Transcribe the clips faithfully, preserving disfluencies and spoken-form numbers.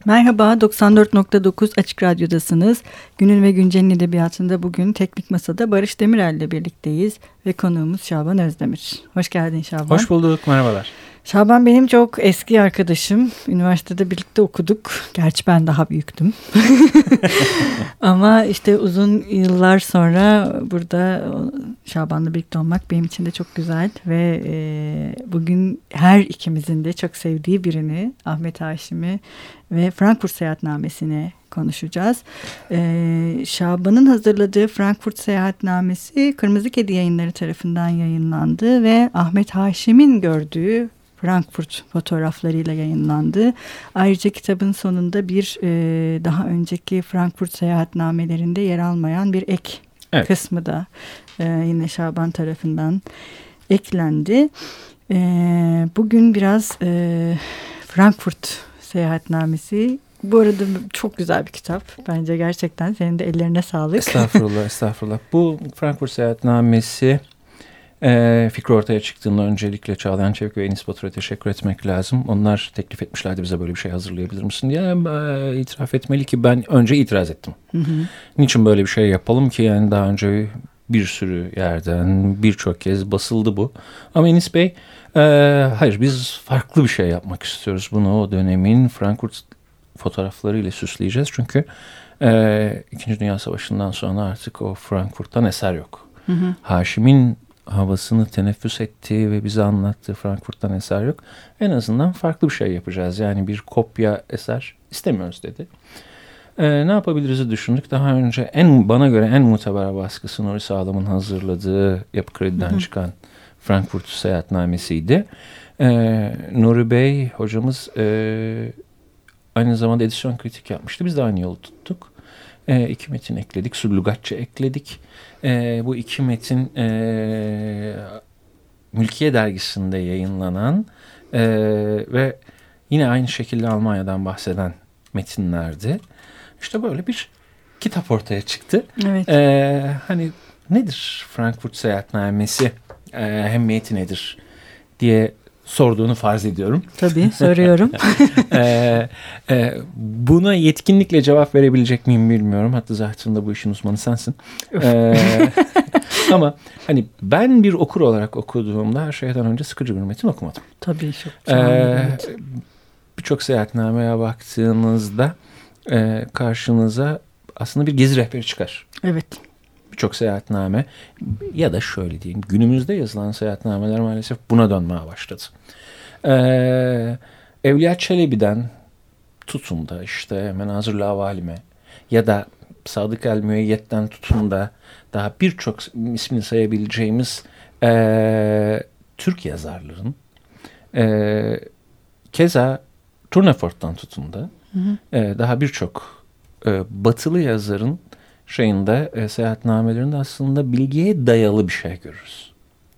Merhaba, doksan dört nokta dokuz Açık Radyo'dasınız. Günün ve Güncel'in edebiyatında bugün Teknik Masa'da Barış Demirel ile birlikteyiz ve konuğumuz Şaban Özdemir. Hoş geldin Şaban. Hoş bulduk, merhabalar. Şaban benim çok eski arkadaşım. Üniversitede birlikte okuduk. Gerçi ben daha büyüktüm. Ama işte uzun yıllar sonra burada Şaban'la birlikte olmak benim için de çok güzel. Ve e, bugün her ikimizin de çok sevdiği birini, Ahmet Haşim'i ve Frankfurt Seyahatnamesi'ni konuşacağız. Ee, Şaban'ın hazırladığı Frankfurt Seyahatnamesi Kırmızı Kedi Yayınları tarafından yayınlandı ve Ahmet Haşim'in gördüğü Frankfurt fotoğraflarıyla yayınlandı. Ayrıca kitabın sonunda bir e, daha önceki Frankfurt seyahatnamelerinde yer almayan bir ek evet. kısmı da e, yine Şaban tarafından eklendi. E, bugün biraz e, Frankfurt seyahatnamesi. Bu arada çok güzel bir kitap. Bence gerçekten senin de ellerine sağlık. Estağfurullah, estağfurullah. Bu Frankfurt seyahatnamesi e, fikri ortaya çıktığında öncelikle Çağlayan Çevik ve Enis Batur'a teşekkür etmek lazım. Onlar teklif etmişlerdi bize böyle bir şey hazırlayabilir misin diye. E, itiraf etmeli ki ben önce itiraz ettim. Hı hı. Niçin böyle bir şey yapalım ki? Yani daha önce bir sürü yerden birçok kez basıldı bu. Ama Enis Bey, e, hayır biz farklı bir şey yapmak istiyoruz. Bunu o dönemin Frankfurt fotoğraflarıyla süsleyeceğiz. Çünkü e, İkinci Dünya Savaşı'ndan sonra artık o Frankfurt'tan eser yok. Hı hı. Haşim'in havasını teneffüs ettiği ve bize anlattığı Frankfurt'tan eser yok. En azından farklı bir şey yapacağız. Yani bir kopya eser istemiyoruz dedi. E, ne yapabiliriz'i düşündük. Daha önce en bana göre en muteber baskısı Nuri Sağlam'ın hazırladığı Yapı Kredi'den hı hı. çıkan Frankfurt seyahatnamesiydi. E, Nuri Bey hocamız e, aynı zamanda edisyon kritik yapmıştı. Biz de aynı yolu tuttuk. E, iki metin ekledik. Süblugatçı ekledik. E, bu iki metin e, Mülkiye Dergisi'nde yayınlanan e, ve yine aynı şekilde Almanya'dan bahseden metinlerdi. İşte böyle bir kitap ortaya çıktı. Evet. E, hani nedir Frankfurt seyahatnamesi? E, ehemmiyeti nedir diye sorduğunu farz ediyorum. Tabii soruyorum. ee, e, buna yetkinlikle cevap verebilecek miyim bilmiyorum. Hatta zaten bu işin uzmanı sensin. ee, ama hani ben bir okur olarak okuduğumda her şeyden önce sıkıcı bir metin okumadım. Tabii çok. Ee, evet. Birçok seyahatnameye baktığınızda e, karşınıza aslında bir gezi rehberi çıkar. Evet. Birçok seyahatname ya da şöyle diyeyim günümüzde yazılan seyahatnameler maalesef buna dönmeye başladı. Ee, Evliya Çelebi'den tutun da işte Menazır-ı Avalime ya da Sadık el-Müeyyet'ten tutun da daha birçok ismini sayabileceğimiz e, Türk yazarların e, keza Tournefort'tan tutun da hı hı. E, daha birçok e, batılı yazarın şeyinde, e, seyahatnamelerinde aslında bilgiye dayalı bir şey görürüz.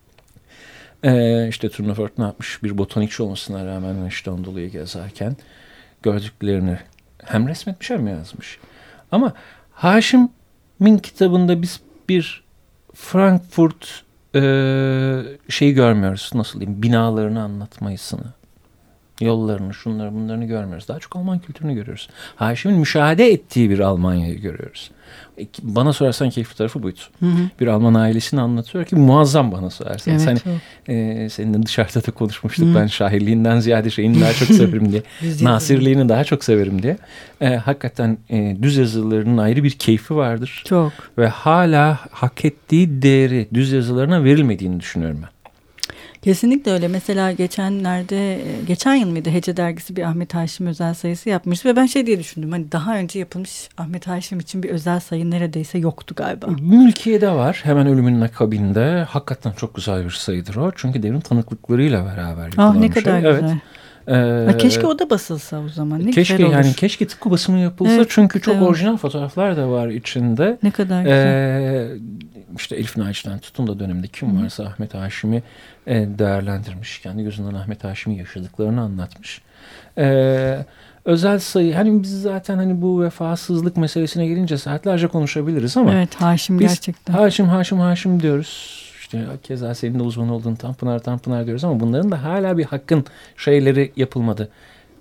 E, işte Tournefort ne yapmış? Bir botanikçi olmasına rağmen işte Anadolu'yu gezerken gördüklerini hem resmetmiş hem yazmış. Ama Haşim'in kitabında biz bir Frankfurt e, şeyi görmüyoruz. Nasıl diyeyim? Binalarını anlatmayısını. Yollarını, şunları bunlarını görmüyoruz. Daha çok Alman kültürünü görüyoruz. Haşim'in müşahede ettiği bir Almanya'yı görüyoruz. Bana sorarsan keyifli tarafı buydu. Hı hı. Bir Alman ailesini anlatıyor ki muazzam bana sorarsan. Evet, hani, e, seninle dışarıda da konuşmuştuk. Hı. Ben şairliğinden ziyade şeyini daha çok severim diye. Nasirliğini daha çok severim diye. E, hakikaten e, düz yazılarının ayrı bir keyfi vardır. Çok. Ve hala hak ettiği değeri düz yazılarına verilmediğini düşünüyorum ben. Kesinlikle öyle. Mesela geçenlerde, geçen yıl mıydı Hece Dergisi bir Ahmet Haşim özel sayısı yapmış ve ben şey diye düşündüm. Hani daha önce yapılmış Ahmet Haşim için bir özel sayı neredeyse yoktu galiba. Mülkiye'de var. Hemen ölümünün akabinde. Hakikaten çok güzel bir sayıdır o. Çünkü devrin tanıklıklarıyla beraber yapılan ah, ne şey. kadar güzel. Evet. Ee, keşke o da basılsa o zaman. Ne keşke güzel olur. Yani keşke tıpkı basımı yapılsa evet, çünkü çok olur. Orijinal fotoğraflar da var içinde. Ne kadar güzel. Ee, işte Elif Naç'tan tutun da dönemde kim varsa Hı. Ahmet Haşim'i e, değerlendirmiş. Kendi gözünden Ahmet Haşim'i yaşadıklarını anlatmış. Ee, özel sayı hani biz zaten hani bu vefasızlık meselesine gelince saatlerce konuşabiliriz ama evet Haşim biz gerçekten. Haşim Haşim Haşim diyoruz. İşte keza senin de uzman olduğun Tanpınar Tanpınar diyoruz ama bunların da hala bir hakkın şeyleri yapılmadı.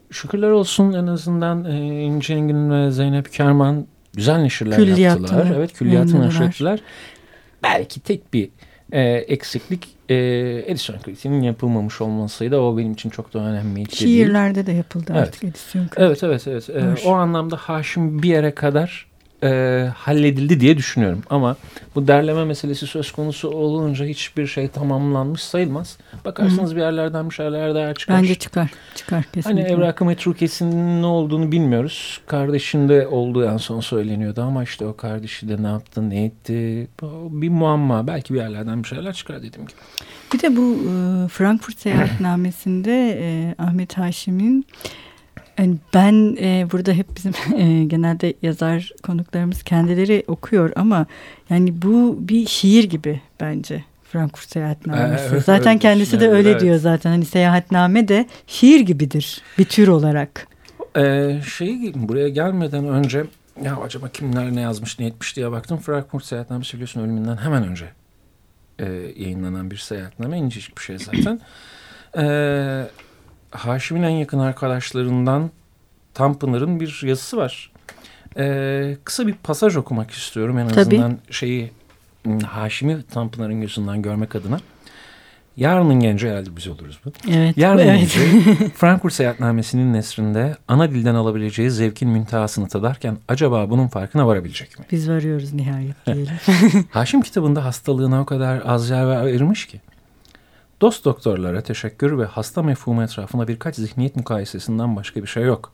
şükürler olsun en azından e, İnce Engin ve Zeynep Kerman güzel neşirler Külliyatını yaptılar. Evet, külliyatını yayınladılar. neşrettiler. Belki tek bir e, eksiklik e, edisyon kritiğinin yapılmamış olmasıydı. O benim için çok da önemli. Şiirlerde de yapıldı evet. artık edisyon kritiği. Evet, evet, evet. E, o anlamda Haşim bir yere kadar e, halledildi diye düşünüyorum. Ama bu derleme meselesi söz konusu olunca hiçbir şey tamamlanmış sayılmaz. Bakarsanız Hı. bir yerlerden bir şeyler daha çıkar. Bence çıkar. Çıkar kesinlikle. Hani Evrak-ı Metrukesi'nin ne olduğunu bilmiyoruz. Kardeşinde olduğu en son söyleniyordu ama işte o kardeşi de ne yaptı, ne etti? Bir muamma. Belki bir yerlerden bir şeyler çıkar dediğim gibi. Bir de bu e, Frankfurt Seyahatnamesi'nde e, Ahmet Haşim'in yani ben e, burada hep bizim e, genelde yazar konuklarımız kendileri okuyor ama yani bu bir şiir gibi bence Frankfurt Seyahatnamesi. Evet, zaten evet, kendisi de öyle evet. diyor zaten. Hani seyahatname de şiir gibidir bir tür olarak. Ee, şey buraya gelmeden önce ya acaba kimler ne yazmış ne etmiş diye baktım. Frankfurt Seyahatnamesi biliyorsun ölümünden hemen önce e, yayınlanan bir seyahatname. İncecik bir şey zaten. Eee Haşim'in en yakın arkadaşlarından Tanpınar'ın bir yazısı var. Ee, kısa bir pasaj okumak istiyorum en azından Tabii. şeyi Haşim'i Tanpınar'ın gözünden görmek adına. Yarının genci herhalde biz oluruz bu. Evet. Yarının evet. genci Frankfurt Seyahatnamesi'nin nesrinde ana dilden alabileceği zevkin müntehasını tadarken acaba bunun farkına varabilecek mi? Biz varıyoruz nihayet diyelim. Haşim kitabında hastalığına o kadar az yer ayırmış ki. Dost doktorlara teşekkür ve hasta mefhumu etrafında birkaç zihniyet mukayesesinden başka bir şey yok.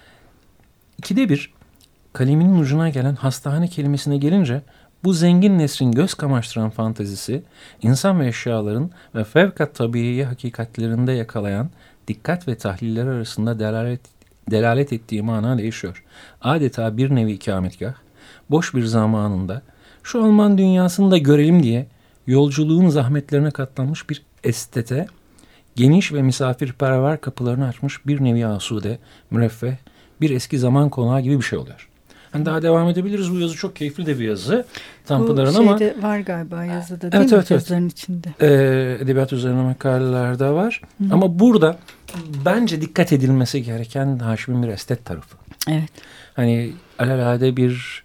İkide bir kaleminin ucuna gelen hastane kelimesine gelince bu zengin nesrin göz kamaştıran fantezisi insan ve eşyaların ve fevkat tabii hakikatlerinde yakalayan dikkat ve tahliller arasında delalet, delalet ettiği mana değişiyor. Adeta bir nevi ikametgah, boş bir zamanında şu Alman dünyasını da görelim diye yolculuğun zahmetlerine katlanmış bir estete, geniş ve misafirperver kapılarını açmış bir nevi asude, müreffeh, bir eski zaman konağı gibi bir şey oluyor. Hani daha devam edebiliriz. Bu yazı çok keyifli de bir yazı. Tanpınar'ın ama... Bu şeyde var galiba yazıda değil evet, mi? Evet, Yazıların evet. içinde. Ee, edebiyat üzerine makalelerde var. Hı-hı. Ama burada bence dikkat edilmesi gereken Haşim'in bir estet tarafı. Evet. Hani alelade bir...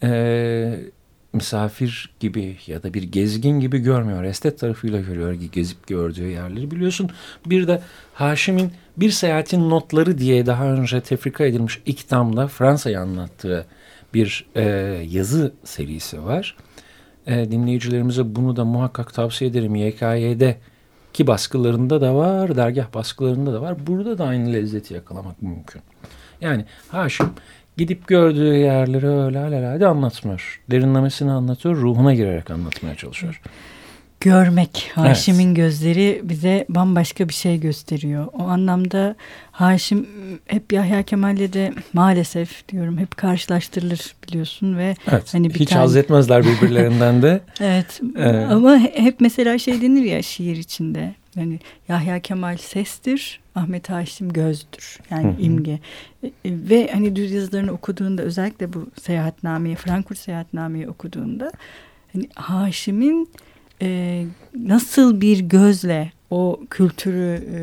E, misafir gibi ya da bir gezgin gibi görmüyor. Estet tarafıyla görüyor, gezip gördüğü yerleri. Biliyorsun bir de Haşim'in Bir Seyahatin Notları diye daha önce tefrika edilmiş İktam'da Fransa'yı anlattığı bir e, yazı serisi var. E, dinleyicilerimize bunu da muhakkak tavsiye ederim. Y K Y'deki baskılarında da var, dergah baskılarında da var. Burada da aynı lezzeti yakalamak mümkün. Yani Haşim gidip gördüğü yerleri öyle alelade anlatmıyor. Derinlemesine anlatıyor, ruhuna girerek anlatmaya çalışıyor. Görmek, Haşim'in evet. gözleri bize bambaşka bir şey gösteriyor. O anlamda Haşim hep Yahya Kemal'le de maalesef diyorum hep karşılaştırılır biliyorsun ve evet, hani bir hiç tane... haz etmezler birbirlerinden de. evet. Ee... Ama hep mesela şey denir ya şiir içinde. Yani Yahya Kemal sestir, Ahmet Haşim gözdür. Yani hı hı. imge. Ve hani düz yazılarını okuduğunda özellikle bu seyahatnameyi, Frankfurt Seyahatnameyi okuduğunda hani Haşim'in e, nasıl bir gözle o kültürü e,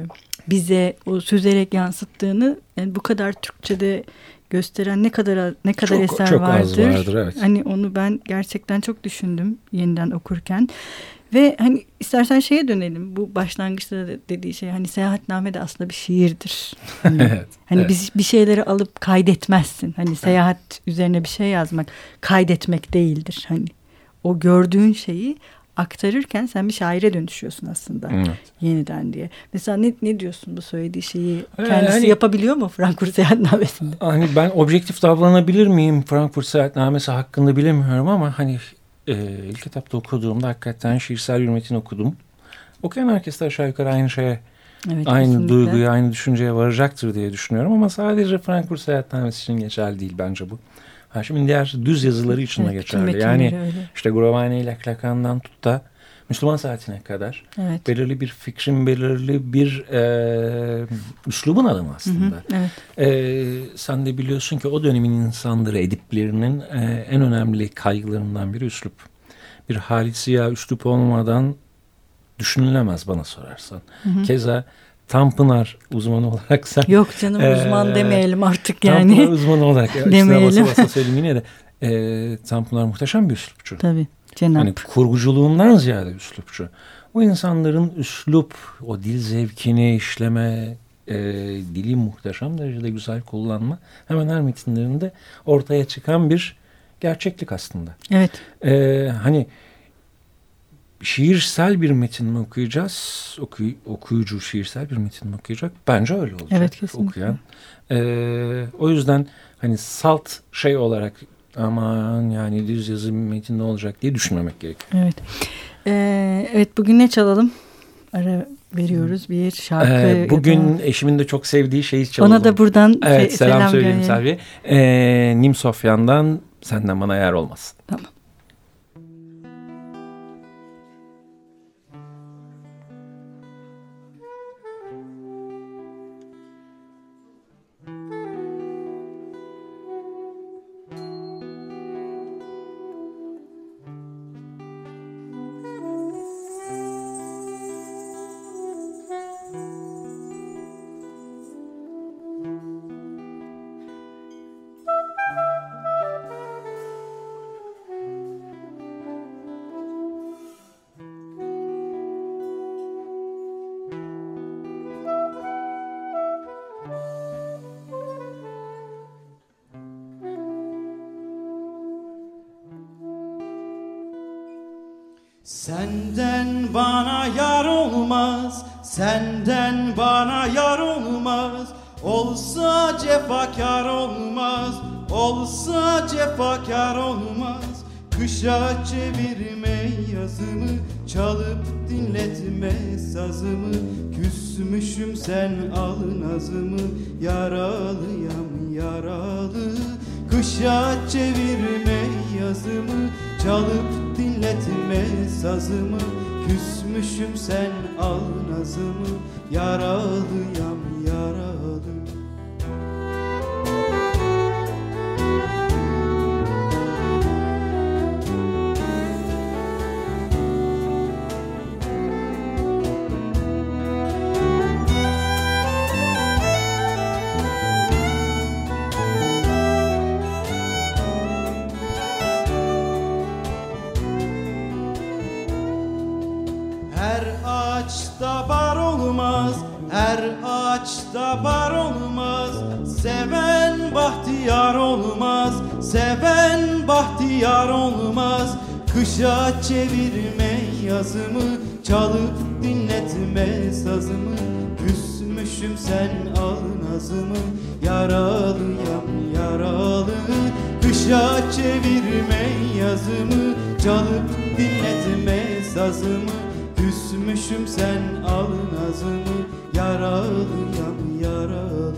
bize o süzerek yansıttığını yani bu kadar Türkçe'de gösteren ne kadar ne kadar çok, eser çok vardır. Az vardır evet. Hani onu ben gerçekten çok düşündüm yeniden okurken. Ve hani istersen şeye dönelim. Bu başlangıçta da dediği şey hani seyahatname de aslında bir şiirdir. Hani, evet, hani evet. biz bir şeyleri alıp kaydetmezsin. Hani seyahat evet. üzerine bir şey yazmak kaydetmek değildir. Hani o gördüğün şeyi aktarırken sen bir şaire dönüşüyorsun aslında evet. yeniden diye. Mesela ne, ne diyorsun bu söylediği şeyi kendisi yani, yapabiliyor mu Frankfurt Seyahatnamesi'nde? Hani ben objektif davranabilir miyim Frankfurt Seyahatnamesi hakkında bilemiyorum ama hani e, ilk etapta okuduğumda hakikaten şiirsel bir metin okudum. Okuyan herkes de aşağı yukarı aynı şeye, evet, aynı kesinlikle. Duyguya, aynı düşünceye varacaktır diye düşünüyorum ama sadece Frankfurt Seyahatnamesi için geçerli değil bence bu. Haşim'in diğer düz yazıları için de evet, geçerli. Yani öyle. işte Grovani Laklakan'dan tut da Müslüman Saati'ne kadar evet. belirli bir fikrin, belirli bir e, üslubun adamı aslında. Hı hı, evet. e, sen de biliyorsun ki o dönemin insanları, ediplerinin e, en önemli kaygılarından biri üslup. Bir Halit Ziya üslup olmadan düşünülemez bana sorarsan. Hı hı. Keza Tanpınar uzmanı olarak sen... Yok canım uzman e, demeyelim artık yani. Tanpınar uzmanı olarak. Demeyelim. Basa basa söyleyeyim yine de. E, Tanpınar muhteşem bir üslupçu. Tabii. Cenap. Hani kurguculuğundan ziyade üslupçu. O insanların üslup, o dil zevkini işleme, e, dili muhteşem derecede güzel kullanma hemen her metinlerinde ortaya çıkan bir gerçeklik aslında. Evet. E, hani şiirsel bir metin mi okuyacağız? Okuy, okuyucu şiirsel bir metin mi okuyacak? Bence öyle olacak. Evet, kesinlikle. Okuyan. E, o yüzden hani salt şey olarak aman yani düz yazı metin ne olacak diye düşünmemek gerekiyor. Evet. Ee, evet bugün ne çalalım? Ara veriyoruz bir şarkı. Ee, bugün da... eşimin de çok sevdiği şeyi çalalım. Ona da buradan evet, se- selam, selam söyleyeyim Selvi. Ee, Nim Sofyan'dan Senden Bana Yer Olmaz. Tamam. Senden bana yar olmaz, senden bana yar olmaz. Olsa cefakar olmaz, olsa cefakar olmaz. Kışa çevirme yazımı, çalıp dinletme sazımı. Küsmüşüm sen al nazımı, yaralıyam yaralı. Kışa çevirme yazımı, çalıp dinletme sazımı. Küsmüşüm sen al nazımı, yaralıyam yaralı. Her ağaçta bar olmaz, seven bahtiyar olmaz, seven bahtiyar olmaz. Kışa çevirme yazımı, çalıp dinletme sazımı. Küsmüşüm sen al nazımı, yaralıyam yaralı. Kışa çevirme yazımı, çalıp dinletme sazımı. Küsmüşüm sen al nazımı, yaralıyam yaralı.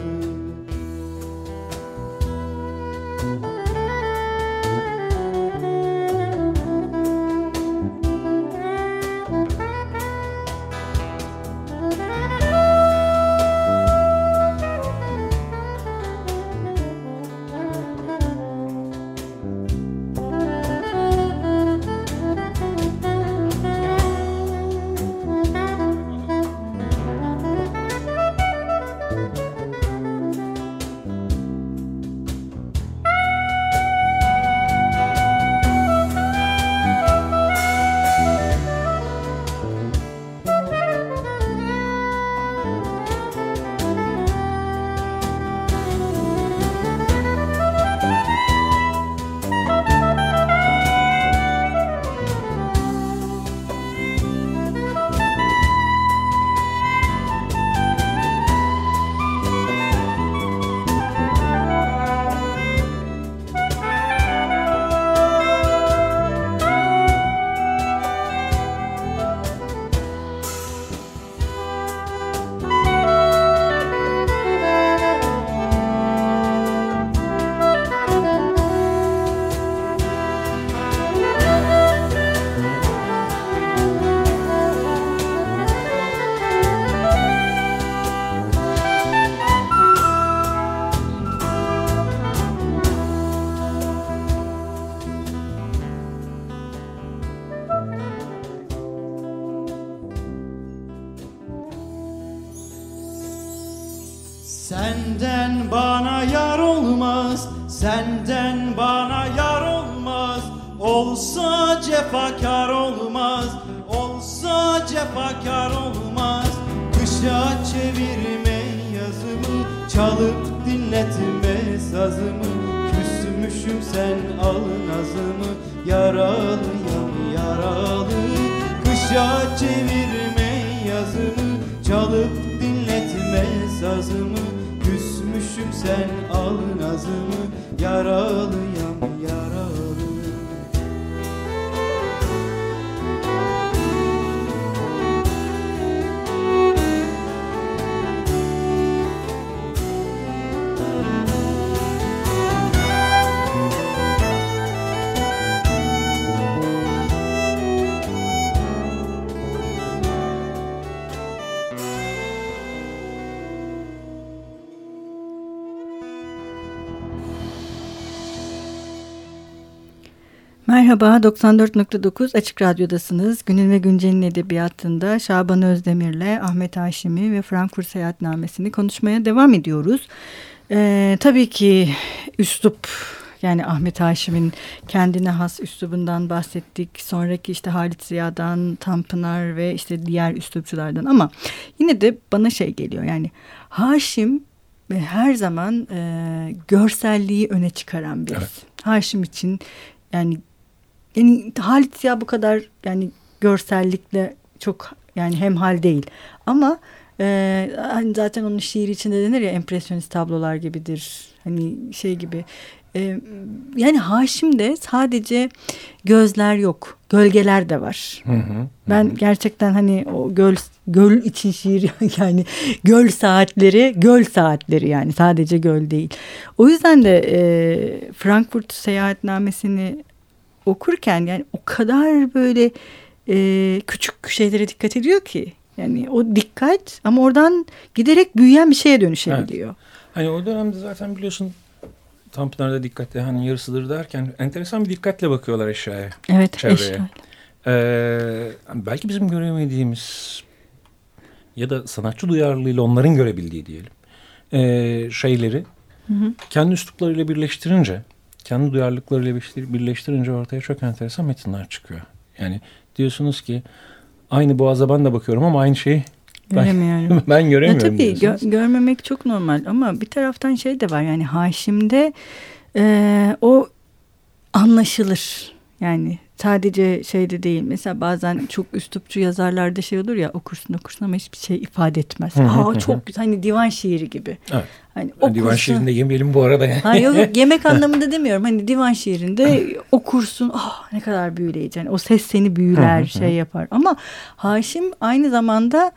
Senden bana yar olmaz, senden bana yar olmaz. Olsa cefakar olmaz, olsa cefakar olmaz. Kışa çevirme yazımı, çalıp dinletme sazımı. Küsmüşüm sen al nazımı, yaralıyam yaralı. Kışa çevirme yazımı, çalıp dinletme sazımı. Küsmüşüm sen al nazımı, yaralıyam yaralı. Merhaba, doksan dört nokta dokuz Açık Radyo'dasınız. Günün ve Güncel'in edebiyatında Şaban Özdemir'le Ahmet Haşimi ve Frankfurt Seyahatnamesi'ni konuşmaya devam ediyoruz. Ee, tabii ki üslup, yani Ahmet Haşim'in kendine has üslubundan bahsettik. Sonraki işte Halit Ziya'dan, Tanpınar ve işte diğer üslupçulardan, ama yine de bana şey geliyor, yani Haşim her zaman e, görselliği öne çıkaran birisi. Evet. Haşim için yani Yani Halit Ziya bu kadar yani görsellikle çok yani hemhal değil. Ama e, hani zaten onun şiiri içinde denir ya, empresyonist tablolar gibidir. Hani şey gibi. E, yani Haşim'de sadece gözler yok, gölgeler de var. Hı hı, ben hı. gerçekten hani o göl göl için şiir, yani göl saatleri, göl saatleri, yani sadece göl değil. O yüzden de e, Frankfurt Seyahatnamesi'ni okurken yani o kadar böyle e, küçük şeylere dikkat ediyor ki, yani o dikkat ama oradan giderek büyüyen bir şeye dönüşebiliyor. Evet. Hani o dönemde zaten biliyorsun Tanpınar'da dikkatli hani yarısıdır derken enteresan bir dikkatle bakıyorlar eşyaya. Evet, çevreye. Ee, belki bizim göremediğimiz ya da sanatçı duyarlılığıyla onların görebildiği diyelim ee, şeyleri hı hı. kendi üsluplarıyla birleştirince, kendi duyarlılıklarıyla birleştirince ortaya çok enteresan metinler çıkıyor. Yani diyorsunuz ki aynı boğaza ben de bakıyorum ama aynı şeyi göremiyorum. Ben, ben göremiyorum. Ya tabii gö- görmemek çok normal, ama bir taraftan şey de var, yani Haşim'de e, o anlaşılır. Yani sadece şeyde değil. Mesela bazen çok üslupçu yazarlarda şey olur ya, okursun okursun ama hiçbir şey ifade etmez. Aa çok güzel, hani divan şiiri gibi. Evet. Hani okursun, divan şiirinde yemeyelim bu arada. Yani. Hayır, yok, yemek anlamında demiyorum. Hani divan şiirinde okursun, ah ne kadar büyüleyici. Yani o ses seni büyüler, şey yapar. Ama Haşim aynı zamanda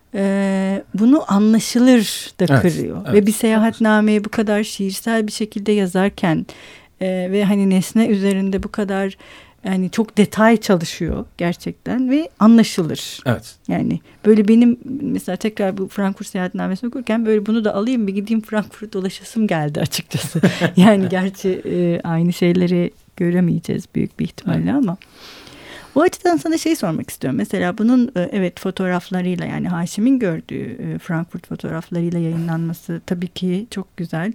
e, bunu anlaşılır da evet, kırıyor. Evet. Ve bir seyahatnameyi bu kadar şiirsel bir şekilde yazarken e, ve hani nesne üzerinde bu kadar yani çok detay çalışıyor gerçekten ve anlaşılır. Evet. Yani böyle benim mesela tekrar bu Frankfurt Seyahatnamesi'ni okurken böyle bunu da alayım, bir gideyim Frankfurt dolaşasım geldi açıkçası. Yani gerçi e, aynı şeyleri göremeyeceğiz büyük bir ihtimalle, evet. Ama o açıdan sana şey sormak istiyorum. Mesela bunun e, evet fotoğraflarıyla, yani Haşim'in gördüğü e, Frankfurt fotoğraflarıyla yayınlanması tabii ki çok güzel.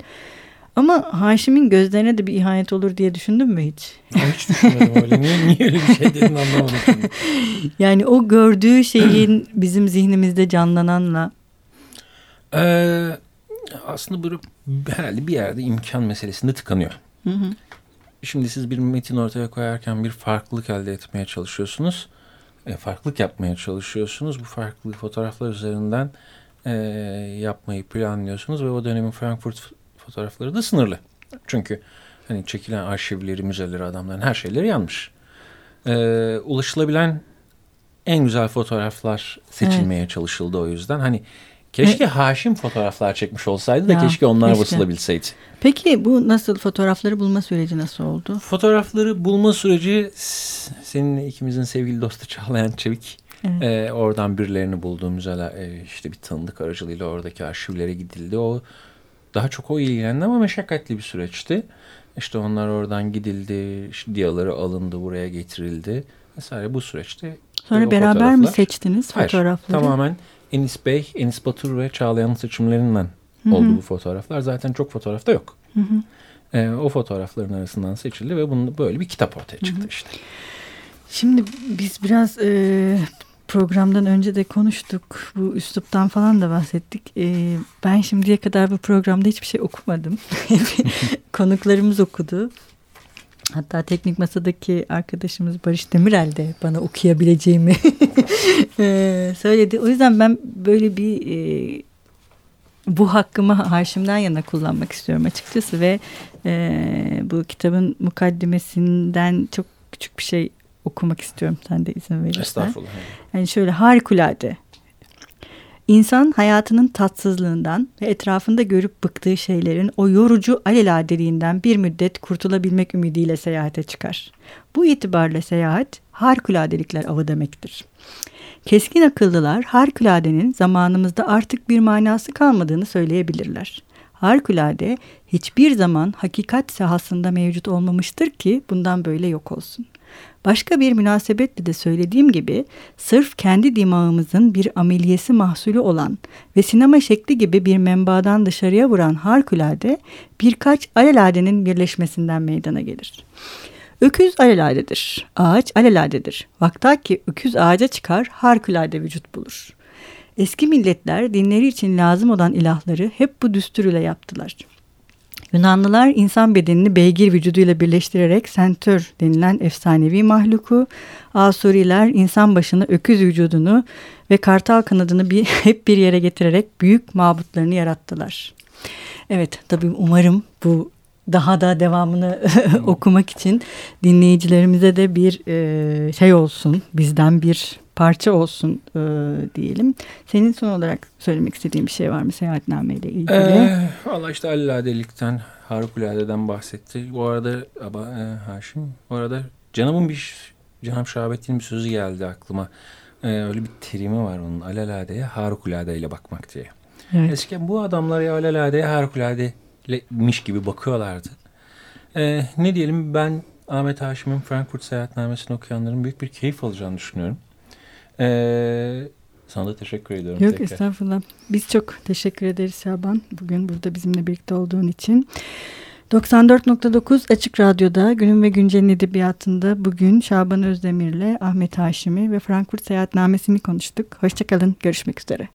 Ama Haşim'in gözlerine de bir ihanet olur diye düşündün mü hiç? Hiç düşünmedim öyle. Niye, niye öyle bir şey dedin anlamadım şimdi. Yani o gördüğü şeyin bizim zihnimizde canlananla. Ee, aslında böyle herhalde bir yerde imkan meselesinde tıkanıyor. Hı hı. Şimdi siz bir metin ortaya koyarken bir farklılık elde etmeye çalışıyorsunuz. E, farklılık yapmaya çalışıyorsunuz. Bu farklılık fotoğraflar üzerinden e, yapmayı planlıyorsunuz. Ve o dönemin Frankfurt fotoğrafları da sınırlı. Çünkü hani çekilen arşivleri, müzeleri, adamların her şeyleri yanmış. Ee, ulaşılabilen en güzel fotoğraflar seçilmeye evet. çalışıldı o yüzden. Hani keşke evet. Haşim fotoğraflar çekmiş olsaydı da ya, keşke onlar keşke. basılabilseydi. Peki bu nasıl, fotoğrafları bulma süreci nasıl oldu? Fotoğrafları bulma süreci seninle ikimizin sevgili dostu Çağlayan Çevik. Evet. Ee, oradan birilerini bulduğu müzeler, e, işte bir tanıdık aracılığıyla oradaki arşivlere gidildi. O daha çok o ilgilendi ama meşakkatli bir süreçti. İşte onlar oradan gidildi, işte diyaları alındı, buraya getirildi vesaire. Bu süreçte sonra beraber mi seçtiniz Hayır, fotoğrafları? Tamamen Enis Bey, Enis Batur ve Çağlayan'ın seçimlerinden Hı hı. oldu bu fotoğraflar. Zaten çok fotoğrafta yok. Hı hı. E, o fotoğrafların arasından seçildi ve bunun böyle bir kitap ortaya çıktı, hı hı, işte. Şimdi biz biraz e, programdan önce de konuştuk. Bu üsluptan falan da bahsettik. E, ben şimdiye kadar bu programda hiçbir şey okumadım. Konuklarımız okudu. Hatta teknik masadaki arkadaşımız Barış Demirel de bana okuyabileceğimi e, söyledi. O yüzden ben böyle bir e, bu hakkımı Haşim'den yana kullanmak istiyorum açıkçası ve e, bu kitabın mukaddimesinden çok küçük bir şey okumak istiyorum, sen de izin verirsen. Estağfurullah. Yani şöyle: harikulade. İnsan hayatının tatsızlığından ve etrafında görüp bıktığı şeylerin o yorucu alelade bir müddet kurtulabilmek ümidiyle seyahate çıkar. Bu itibarla seyahat harikuladelikler avı demektir. Keskin akıllılar harikuladenin zamanımızda artık bir manası kalmadığını söyleyebilirler. Harikulade hiçbir zaman hakikat sahasında mevcut olmamıştır ki bundan böyle yok olsun. Başka bir münasebetle de söylediğim gibi sırf kendi dimağımızın bir ameliyesi mahsulü olan ve sinema şekli gibi bir menbaadan dışarıya vuran harikulade birkaç aleladenin birleşmesinden meydana gelir. Öküz aleladedir, ağaç aleladedir. Vaktaki öküz ağaca çıkar, harikulade vücut bulur. Eski milletler dinleri için lazım olan ilahları hep bu düstur ile yaptılar. Yunanlılar insan bedenini beygir vücuduyla birleştirerek sentör denilen efsanevi mahluku, Asuriler insan başını, öküz vücudunu ve kartal kanadını bir, hep bir yere getirerek büyük mabutlarını yarattılar. Evet, tabii umarım bu daha da devamını okumak için dinleyicilerimize de bir e, şey olsun, bizden bir parça olsun e, diyelim. Senin son olarak söylemek istediğin bir şey var mı seyahatname ile ilgili? Ee, Valla işte alaladelikten, harikuladeden bahsetti. Bu arada ama, e, Haşim, bu arada Canım'ın bir Cenab-ı Şahabettin'in bir sözü geldi aklıma. Ee, öyle bir terimi var onun, alaladeye harikuladeyle bakmak diye. Evet. Eskiden bu adamlar ya alaladeye harikulademiş gibi bakıyorlardı. Ee, ne diyelim, ben Ahmet Haşim'in Frankfurt Seyahatnamesi'ni okuyanların büyük bir keyif alacağını düşünüyorum. Ee, sana da teşekkür ediyorum. Yok tekrar. Estağfurullah. Biz çok teşekkür ederiz Şaban. Bugün burada bizimle birlikte olduğun için. doksan dört nokta dokuz Açık Radyo'da Günün ve Güncel'in edebiyatında bugün Şaban Özdemir'le Ahmet Haşim'i ve Frankfurt Seyahatnamesi'ni konuştuk. Hoşçakalın. Görüşmek üzere.